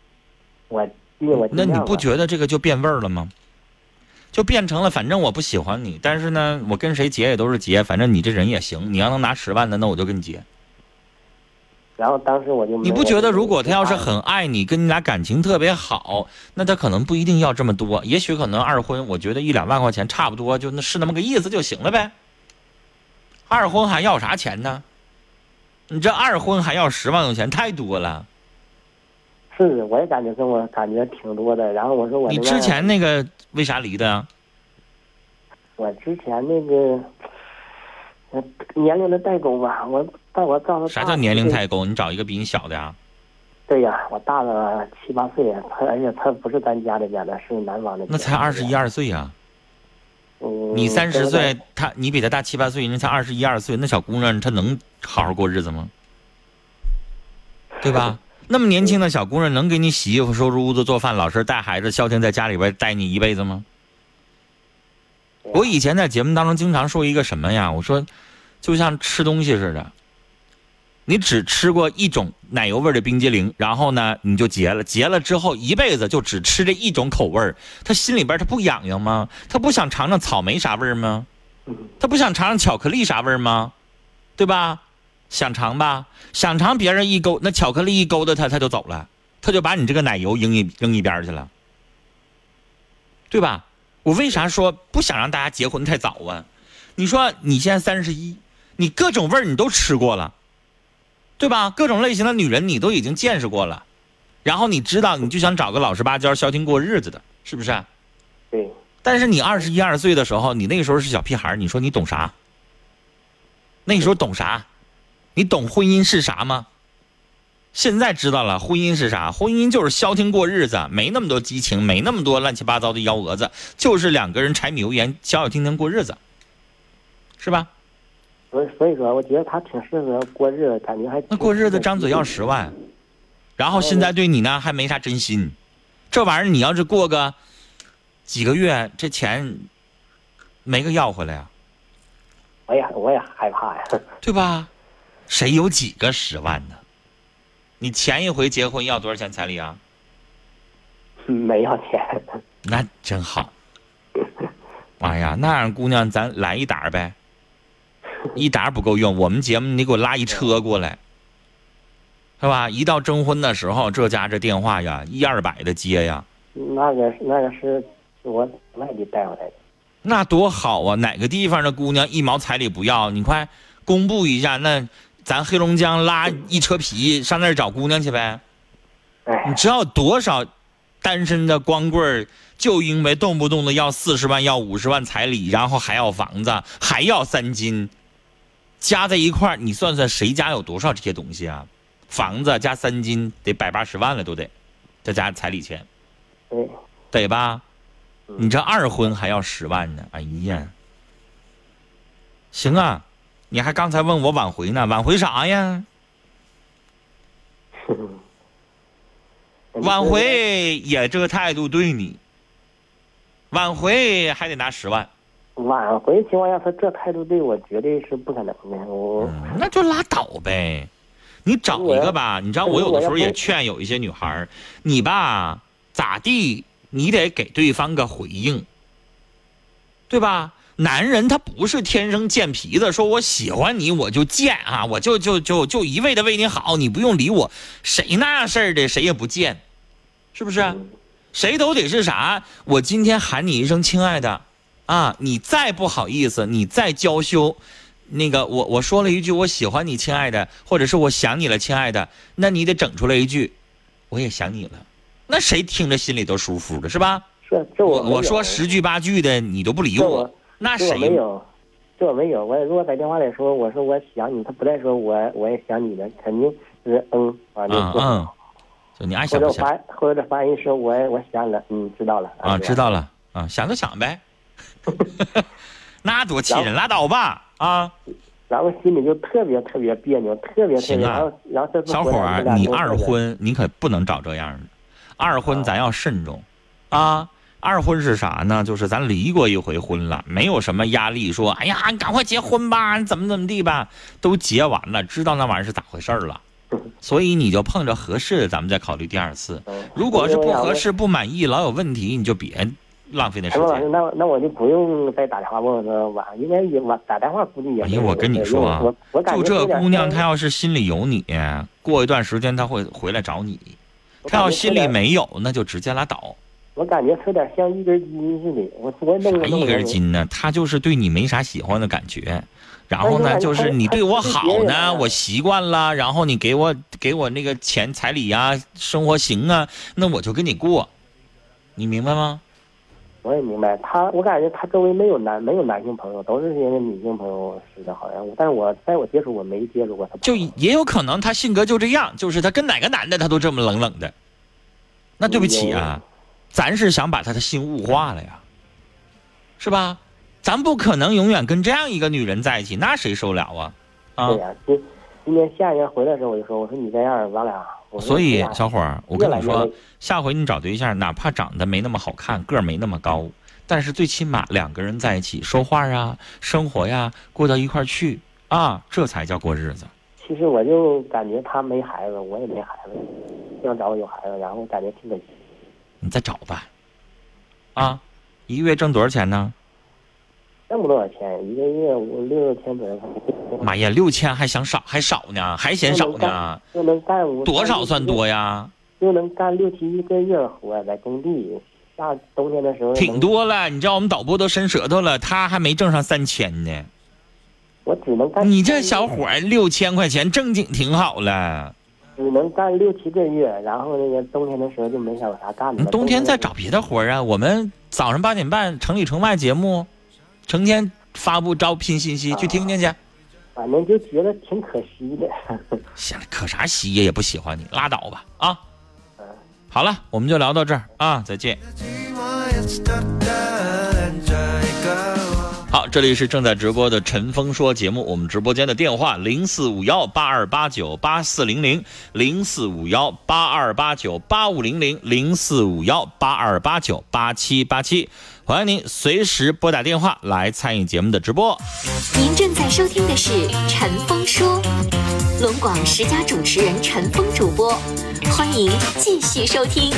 那你不觉得这个就变味儿了吗？就变成了，反正我不喜欢你，但是呢，我跟谁结也都是结，反正你这人也行，你要能拿10万的，那我就跟你结。 然后当时我就你不觉得，如果他要是很爱你，跟你俩感情特别好，那他可能不一定要这么多，也许可能2婚，我觉得1-2万块钱差不多，就那是那么个意思就行了呗。2婚还要啥钱呢？你这2婚还要10万块钱，太多了。 是，我也感觉跟我感觉挺多的。然后我说你之前那个为啥离的呀？ 我之前那个年龄的代沟吧，我照着。 啥叫年龄代沟？你找一个比你小的呀？ 对呀，我大了7、8岁，而且他不是咱家这边的，是南方的。 那才21、22岁呀。你30岁，你比他大7、8岁，人家才21、22岁，那小姑娘她能好好过日子吗？对吧？那么年轻的小姑娘能给你洗衣服、收拾屋子、做饭、老实带孩子，消停在家里边带你一辈子吗？我以前在节目当中经常说一个什么呀？我说，就像吃东西似的，你只吃过一种奶油味的冰激凌，然后呢你就结了，结了之后一辈子就只吃这一种口味，他心里边他不痒痒吗？他不想尝尝草莓啥味吗？他不想尝尝巧克力啥味吗？对吧？想尝吧，想尝别人一勾，那巧克力一勾的他就走了，他就把你这个奶油扔一边去了，对吧？我为啥说不想让大家结婚太早啊？你说你现在31，你各种味儿你都吃过了，对吧？各种类型的女人你都已经见识过了，然后你知道你就想找个老实巴交消停过日子的，是不是？ 对。 但是你21、22岁的时候，你那个时候是小屁孩，你说你懂啥？那时候懂啥？你懂婚姻是啥吗？ 现在知道了，婚姻是啥？婚姻就是消停过日子，没那么多激情，没那么多乱七八糟的幺蛾子，就是两个人柴米油盐，消消停停过日子，是吧？ 所以说，我觉得他挺适合过日子，感觉还那过日子张嘴要10万，然后现在对你呢还没啥真心，这玩意儿你要是过个几个月，这钱没个要回来呀。 我也害怕呀， 对吧？谁有几个10万呢？你前一回结婚要多少钱彩礼啊？ 没要钱。 那真好。哎呀，那样姑娘咱来一打呗，一打不够用，我们节目你给我拉一车过来，是吧？一到征婚的时候，这家这电话呀，100-200的接呀。 那个是我外地带回来的。 那多好啊！哪个地方的姑娘1毛彩礼不要？你快公布一下，那咱黑龙江拉一车皮上那儿找姑娘去呗。你知道有多少单身的光棍就因为动不动的要40万、要50万彩礼，然后还要房子，还要3金，加在一块儿，你算算谁家有多少这些东西啊？房子加3金得180万了，都得，再加彩礼钱，得吧？你这2婚还要10万呢，哎呀！行啊，你还刚才问我挽回呢，挽回啥呀？挽回也这个态度对你，挽回还得拿10万。 挽回情况下，他这态度对我绝对是不可能的。 那就拉倒呗。你找一个吧，你知道我有的时候也劝有一些女孩，你吧咋地，你得给对方个回应，对吧？男人他不是天生贱皮子，说我喜欢你我就贱啊，我就一味的为你好，你不用理我，谁那样事儿的谁也不贱，是不是？谁都得是啥？我今天喊你一声亲爱的啊，你再不好意思，你再娇羞，那个我说了一句我喜欢你亲爱的，或者是我想你了亲爱的，那你得整出来一句我也想你了，那谁听着心里都舒服的，是吧？ 是，这我说10句8句的你都不理我，那谁没有？这我没有。我如果在电话里说我说我想你，他不带说我也想你的，肯定是就你爱想不想？ 或者发音说我想了，知道了啊，知道了啊，想就想呗。那多气人，拉倒吧啊！ 然后心里就特别别扭，特别行啊。 然后这小伙儿，你2婚你可不能找这样的，2婚咱要慎重啊。2婚是啥呢？就是咱离过一回婚了，没有什么压力，说哎呀，你赶快结婚吧，你怎么地吧，都结完了，知道那玩意儿是咋回事了。所以你就碰着合适的，咱们再考虑第2次。如果是不合适、不满意、老有问题，你就别浪费那时间。 那我就不用再打电话问问吧，因为打电话估计也。 哎呀，我跟你说啊，就这姑娘，她要是心里有你，过一段时间她会回来找你；她要心里没有，那就直接拉倒。 我感觉有点像一根筋似的，我弄啥一根筋呢？她就是对你没啥喜欢的感觉。然后呢，就是你对我好呢，我习惯了。然后你给我那个钱彩礼啊，生活行啊，那我就跟你过，你明白吗？ 我也明白。我感觉他周围没有男性朋友，都是些女性朋友似的，好像。但是在我接触，我没接触过他。 就也有可能他性格就这样，就是他跟哪个男的他都这么冷冷的。那对不起啊，咱是想把他的心物化了呀，是吧？咱不可能永远跟这样一个女人在一起，那谁受了啊？ 对呀，今年下一年回来的时候，我说你这样，咱俩。 所以小伙儿，我跟你说，下回你找对象，哪怕长得没那么好看，个儿没那么高，但是最起码2个人在一起说话啊、生活呀，过到一块去啊，这才叫过日子。 其实我就感觉他没孩子，我也没孩子，想找我有孩子，然后感觉挺可惜。 你再找吧，啊，1个月挣多少钱呢？ 挣不多少钱，1个月5、6千左右。 妈呀，6000还想少，还少呢，还嫌少呢。 就能干多少算多呀？ 就能干6、7个月活，在工地，下冬天的时候。 挺多了，你知道我们导播都伸舌头了，他还没挣上3000呢。 我只能干。 你这小伙6000块钱正经挺好了。 只能干6、7个月，然后那个冬天的时候就没啥有啥干的。 冬天再找别的活啊！我们早上8点半城里城外节目，成天发布招聘信息，去听听去。 反正就觉得挺可惜的。 行，可啥惜呀，也不喜欢你，拉倒吧啊！好了，我们就聊到这儿啊，再见。好，这里是正在直播的陈峰说节目，我们直播间的电话045182898400 045182898500 045182898787，欢迎您随时拨打电话来参与节目的直播。 您正在收听的是陈峰说，龙广10佳主持人陈峰主播，欢迎继续收听。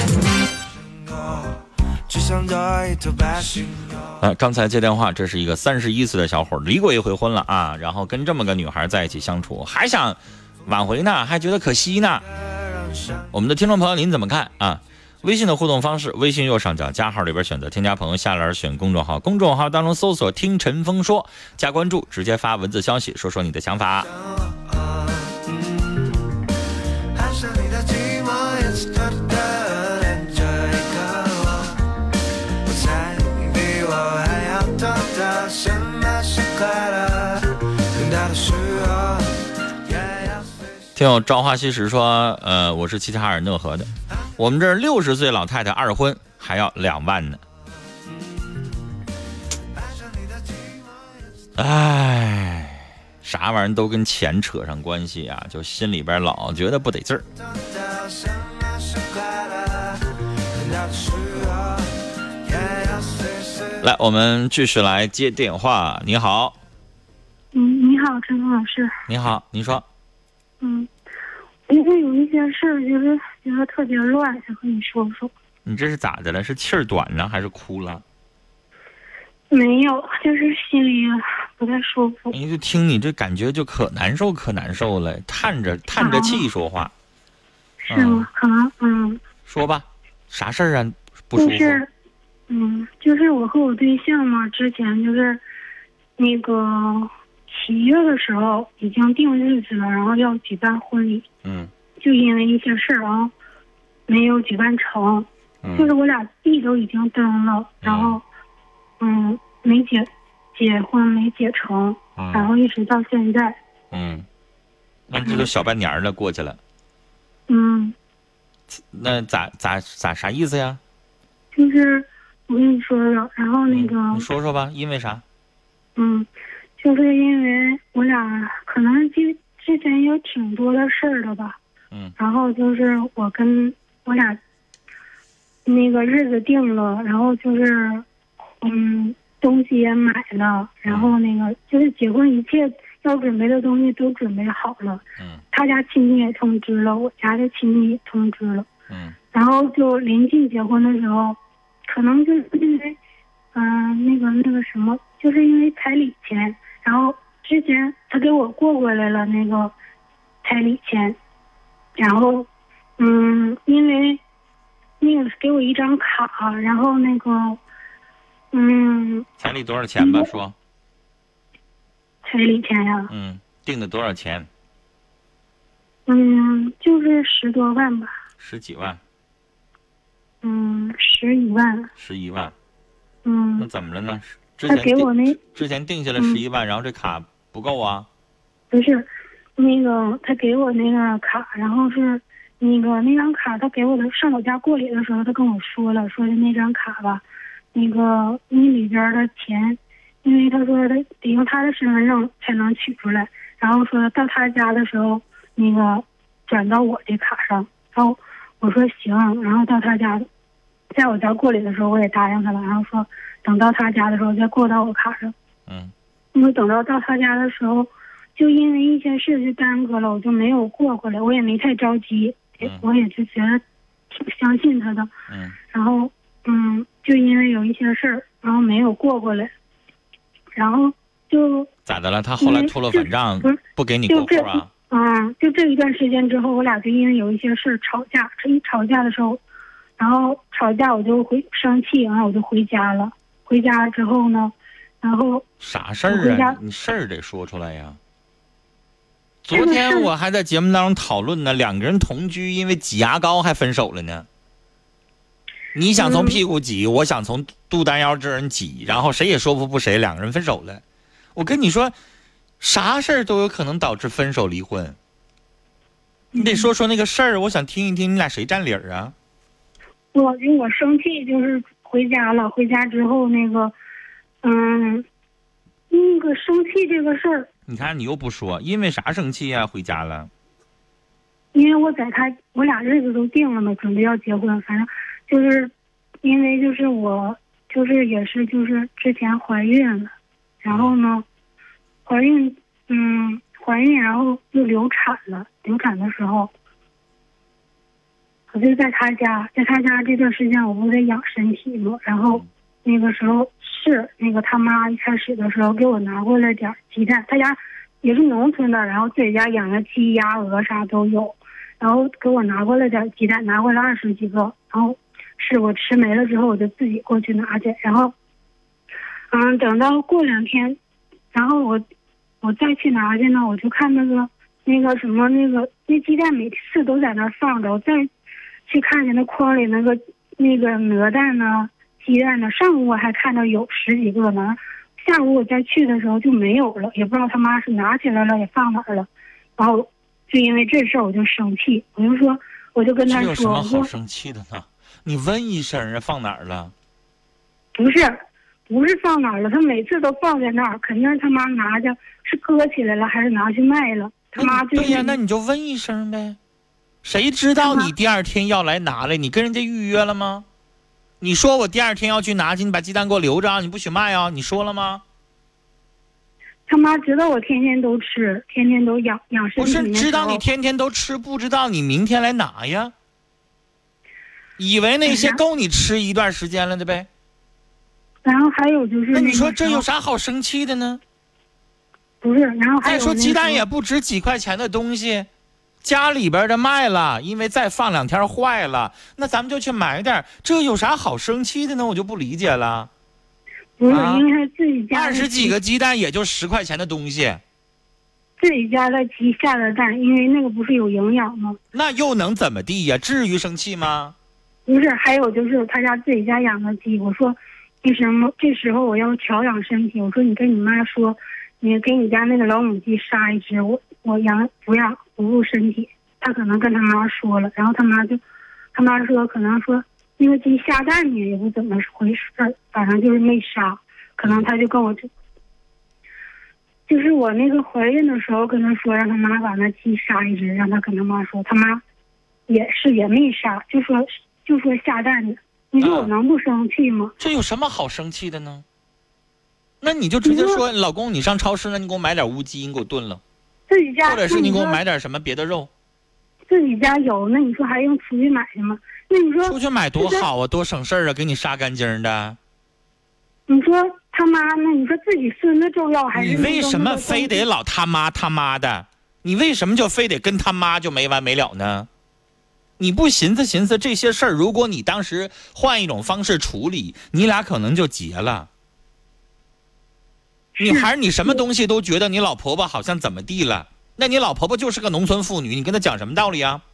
刚才接电话，这是一个31岁的小伙，离过一回婚了啊，然后跟这么个女孩在一起相处，还想挽回呢，还觉得可惜呢。我们的听众朋友您怎么看啊？微信的互动方式，微信右上角加号里边选择添加朋友，下栏选公众号，公众号当中搜索听陈峰说，加关注，直接发文字消息说说你的想法。听友朝花夕拾说，我是齐齐哈尔讷河的，我们这儿60岁老太太二婚还要2万呢。哎，啥玩意儿都跟钱扯上关系啊，就心里边老觉得不得劲儿。来，我们继续来接电话。你好。 你好，陈峰老师。 你好，您说。 因为有一些事儿，就是觉得特别乱，想和你说说。 你这是咋的了？是气儿短呢，还是哭了？ 没有，就是心里不太舒服。 你就听你这感觉就可难受了，叹着气说话。 是吗？可能说吧，啥事儿啊？不舒服。 就是我和我对象嘛，之前就是那个7月的时候已经定日子了，然后要举办婚礼。就因为一些事儿，然后没有举办成。就是我俩地都已经登了，然后没结婚没结成，然后一直到现在。 那这都小半年了，过去了。那咋啥意思呀？ 就是我跟你说说，然后那个你说说吧，因为啥？ 就是因为我俩可能之前有挺多的事儿的吧。然后就是我跟我俩那个日子定了，然后就是东西也买了，然后那个就是结婚一切要准备的东西都准备好了。他家亲戚也通知了，我家的亲戚也通知了。然后就临近结婚的时候，可能就是因为那个什么，就是因为彩礼钱，然后之前他给我过回来了那个彩礼钱，然后因为那个给我一张卡，然后那个彩礼多少钱吧？说彩礼钱呀。 定的多少钱？ 就是10多万吧。 10几万。 11万。 11万。那怎么了呢？ 他给我之前定下了11万，然后这卡不够啊？ 不是，那个他给我那个卡，然后是那张卡，他给我的上我家过礼的时候，他跟我说的那张卡吧，那个你里边的钱，因为他说他得用他的身份证才能取出来，然后说到他家的时候那个转到我这卡上，然后我说行，然后到他家，在我家过礼的时候我也答应他了，然后说等到他家的时候再过到我卡上。因为等到他家的时候，就因为一些事就耽搁了，我就没有过回来，我也没太着急，我也就觉得挺相信他的。然后就因为有一些事儿，然后没有过过来，然后就咋的了？他后来秃了反账，不给你过户啊？ 就这一段时间之后，我俩就因为有一些事吵架。这一吵架的时候，然后吵架我就生气，然后我就回家了。回家之后呢，然后啥事儿啊？你事儿得说出来呀。昨天我还在节目当中讨论呢，2个人同居，因为挤牙膏还分手了呢。你想从屁股挤，我想从肚丹腰这人挤，然后谁也说服不谁，2个人分手了。我跟你说， 啥事儿都有可能导致分手离婚。你得说说那个事儿，我想听一听你俩谁占理儿啊？ 我生气，就是回家了，回家之后那个生气这个事儿， 你看你又不说，因为啥生气呀？回家了。 因为我俩日子都定了嘛，准备要结婚，反正就是因为就是我就是也是就是之前怀孕了，然后呢怀孕然后又流产了，流产的时候我就在他家这段时间我不是在养身体嘛，然后那个时候是那个他妈一开始的时候给我拿过来点鸡蛋，他家也是农村的，然后自己家养了鸡鸭鹅啥都有，然后给我拿过来点鸡蛋，拿过来20几个，然后是我吃没了之后我就自己过去拿去，然后等到过2天，然后我再去拿去呢，我就看那鸡蛋每次都在那放着，我再去看见那筐里那个鹅蛋呢鸡蛋呢，上午我还看到有10几个呢，下午我再去的时候就没有了，也不知道他妈是拿起来了也放哪儿了，然后就因为这事儿我就生气，我就跟他说， 这有什么好生气的呢？你问一声啊，放哪儿了？ 不是放哪儿了，他每次都放在那儿，肯定是他妈拿着，是搁起来了还是拿去卖了？他妈就对呀，那你就问一声呗。谁知道你第2天要来拿来？你跟人家预约了吗？你说我第2天要去拿去，你把鸡蛋给我留着，你不许卖啊？你说了吗？ 他妈知道我天天都吃，天天都养身体。 不是知道你天天都吃，不知道你明天来拿呀？以为那些够你吃一段时间了的呗。 然后还有就是， 那你说这有啥好生气的呢？ 不是，然后还有再说鸡蛋也不值几块钱的东西，家里边的卖了，因为再放2天坏了，那咱们就去买点，这有啥好生气的呢？我就不理解了。 不是，因为他自己家 20几个鸡蛋也就10块钱的东西， 自己家的鸡下的蛋，因为那个不是有营养吗？ 那又能怎么地呀？至于生气吗？ 不是，还有就是他家自己家养的鸡，我说这时候我要调养身体，我说你跟你妈说，你给你家那个老母鸡杀一只，我不养不入身体。他可能跟他妈说了，然后他妈说可能说那个鸡下蛋呢也不怎么回事，反正就是没杀，可能他就跟我就是我那个怀孕的时候跟他说让他妈把那鸡杀一只，让他跟他妈说，他妈也没杀，就说下蛋的。你说我能不生气吗？ 这有什么好生气的呢？那你就直接说，老公，你上超市，那你给我买点乌鸡，你给我炖了。 自己家， 或者是你给我买点什么别的肉。 自己家有，那你说还用出去买去吗？那你说出去买多好啊，多省事儿啊，给你杀干净的。 你说他妈，那你说自己孙子重要还是？ 你为什么非得老他妈的？你为什么就非得跟他妈就没完没了呢？你不寻思这些事儿，如果你当时换一种方式处理，你俩可能就结了。你什么东西都觉得你老婆婆好像怎么地了，那你老婆婆就是个农村妇女，你跟她讲什么道理啊？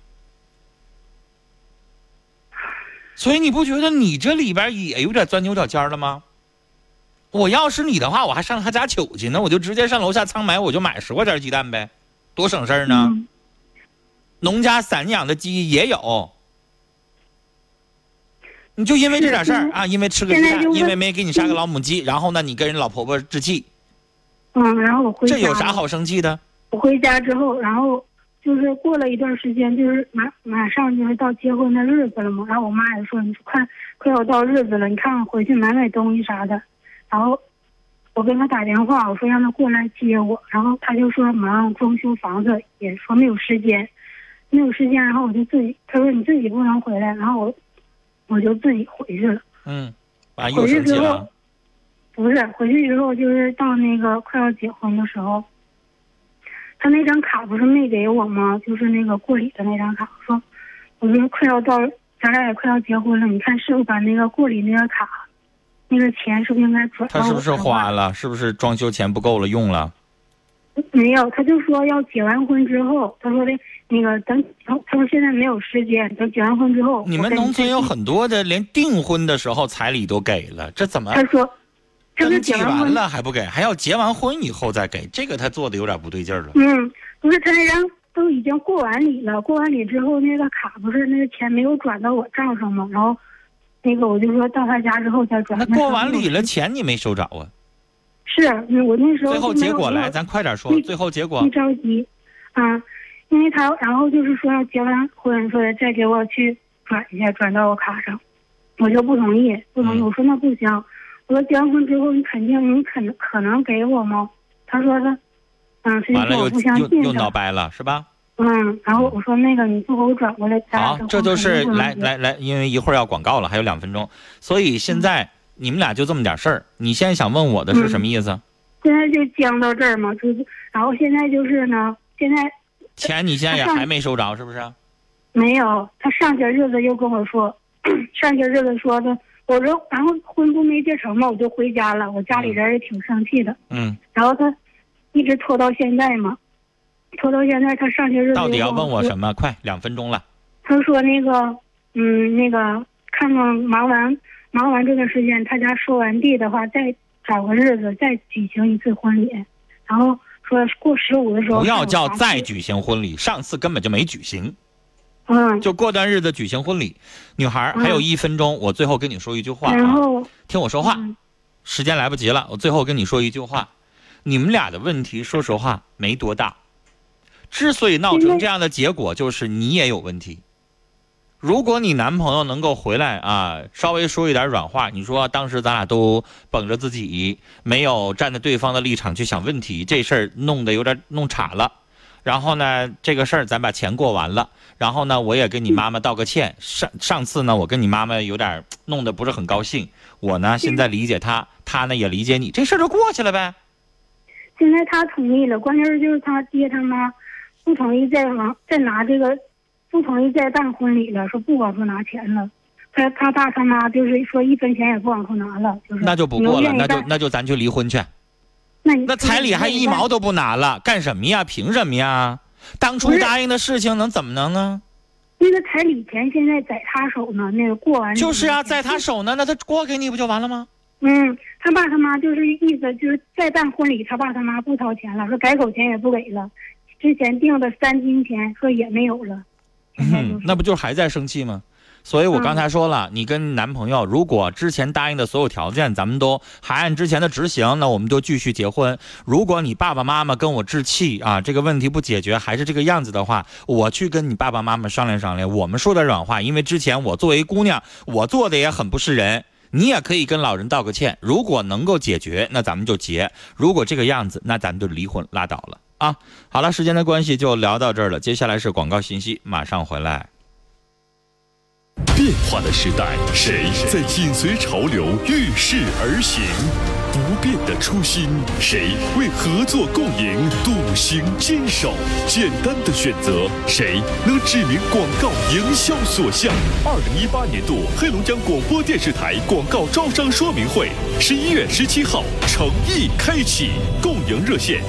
所以你不觉得你这里边也有点钻牛角尖了吗？我要是你的话，我还上他家取去呢，我就直接上楼下仓买，我就买10块钱鸡蛋呗，多省事儿呢。农家散养的鸡也有，你就因为这点事儿啊，因为吃个鸡蛋，因为没给你杀个老母鸡，然后呢，你跟人老婆婆置气。 然后我回家， 这有啥好生气的？ 我回家之后，然后就是过了一段时间，就是马上就是到结婚的日子了嘛。然后我妈也说，你说快要到日子了，你看我回去买东西啥的。然后我跟他打电话，我说让他过来接我，然后他就说马上装修房子，也说没有时间。然后我就自己，他说你自己不能回来，然后我就自己回去了。 又生气了。 不是，回去之后就是到那个快要结婚的时候，他那张卡不是没给我吗？就是那个过礼的那张卡，我说快要到，咱俩也快要结婚了，你看是不是把那个过礼那个卡，那个钱是不是应该转到我？ 他是不是花了？是不是装修钱不够了用了？ 没有，他就说要结完婚之后，他说的那个等，他说现在没有时间，等结完婚之后。 你们农村有很多的连订婚的时候彩礼都给了，这怎么？ 登记完了还不给，还要结完婚以后再给，这个他做的有点不对劲儿了。 不是，他那人都已经过完礼了，过完礼之后那个卡不是那个钱没有转到我账上吗？然后那个我就说到他家之后再转。 那过完礼了，钱你没收着啊？ 是，我那时候最后结果来，咱快点说。最后结果没着急啊，因为他然后就是说要结完婚，说再给我去转一下，转到我卡上，我就不同意。我说那不行，我说结完婚之后你可能给我吗？他说的， 完了又闹掰了是吧？ 然后我说那个你不给我转过来。 好，这就是来，因为一会儿要广告了，还有2分钟，所以现在你们俩就这么点事儿。你现在想问我的是什么意思？ 现在就僵到这儿嘛，然后现在就是呢，现在钱你现在也还没收着是不是？ 没有，他上些日子又跟我说，上些日子说的，我说然后婚不没结成嘛，我就回家了，我家里人也挺生气的。然后他一直拖到现在嘛，拖到现在他上些日子到底要问我什么？快2分钟了。 他说那个看看忙完这个时间，他家收完地的话，再找个日子再举行一次婚礼，然后说过15的时候。 不要叫再举行婚礼，上次根本就没举行。就过段日子举行婚礼。女孩还有1分钟，我最后跟你说一句话然后听我说话，时间来不及了，我最后跟你说一句话，你们俩的问题说实话没多大，之所以闹成这样的结果，就是你也有问题。如果你男朋友能够回来啊，稍微说一点软话，你说当时咱俩都绷着自己，没有站在对方的立场去想问题，这事儿弄得有点弄岔了。然后呢，这个事儿咱把钱过完了，然后呢，我也跟你妈妈道个歉。上次呢，我跟你妈妈有点弄得不是很高兴，我呢现在理解她，她呢也理解你，这事儿就过去了呗。 现在他同意了，关键是就是他爹他妈不同意再拿这个，不同意再办婚礼了，说不往出拿钱了。他爸他妈就是说1分钱也不往出拿了，就是那就不过了，那就咱去离婚去。那彩礼还1毛都不拿了，干什么呀？凭什么呀？当初答应的事情能怎么能呢？ 那个彩礼钱现在在他手呢，那个过完就是啊，在他手呢，那他过给你不就完了吗？ 他爸他妈就是意思就是再办婚礼，他爸他妈不掏钱了，说改口钱也不给了，之前定的3金钱说也没有了。 那不就是还在生气吗？所以我刚才说了，你跟男朋友如果之前答应的所有条件咱们都还按之前的执行，那我们就继续结婚。如果你爸爸妈妈跟我置气啊，这个问题不解决还是这个样子的话，我去跟你爸爸妈妈商量商量，我们说的软话，因为之前我作为姑娘我做的也很不是人，你也可以跟老人道个歉，如果能够解决那咱们就结，如果这个样子那咱们就离婚拉倒了啊。好了，时间的关系就聊到这儿了，接下来是广告信息，马上回来。 变化的时代，谁在紧随潮流遇势而行？不变的初心，谁为合作共赢笃行坚守？简单的选择，谁能指明广告营销所向？2018年度黑龙江广播电视台广告招商说明会11月17号诚意开启，共赢热线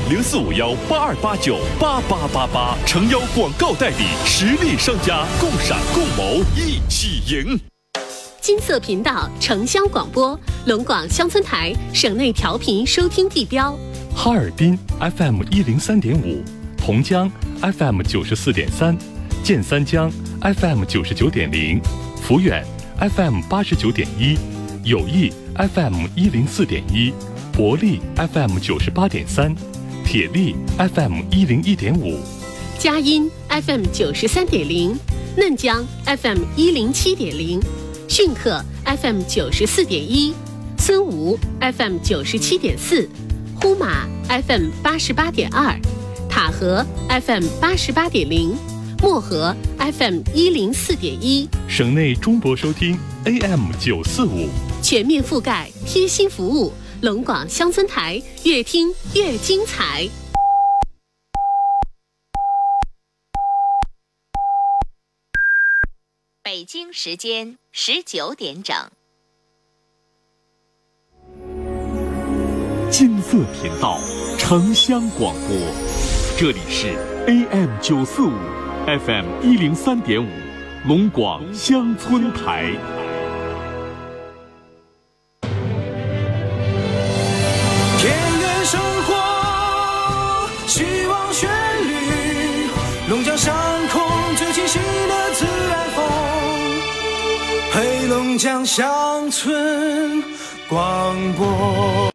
045182898888，诚邀广告代理、实力商家共闪共谋，一起赢。 金色频道城乡广播，龙广乡村台省内调频收听地标： 哈尔滨 FM 103.5，同江 FM 94.3，建三江 FM 99.0，抚远 FM 89.1，友谊 FM 104.1，博利 FM 98.3，铁力 FM 101.5， 佳音 FM 93.0，嫩江 FM 107.0。逊克 FM 94.1，孙吴 FM 97.4，呼玛 FM 88.2，塔河 FM 88.0，漠河 FM 104.1， 省内中波收听 AM 945， 全面覆盖，贴心服务，龙广乡村台，越听越精彩。 北京时间19点整。 金色频道城乡广播，这里是 AM 945 FM 103.5龙广乡村台。 乡村广播。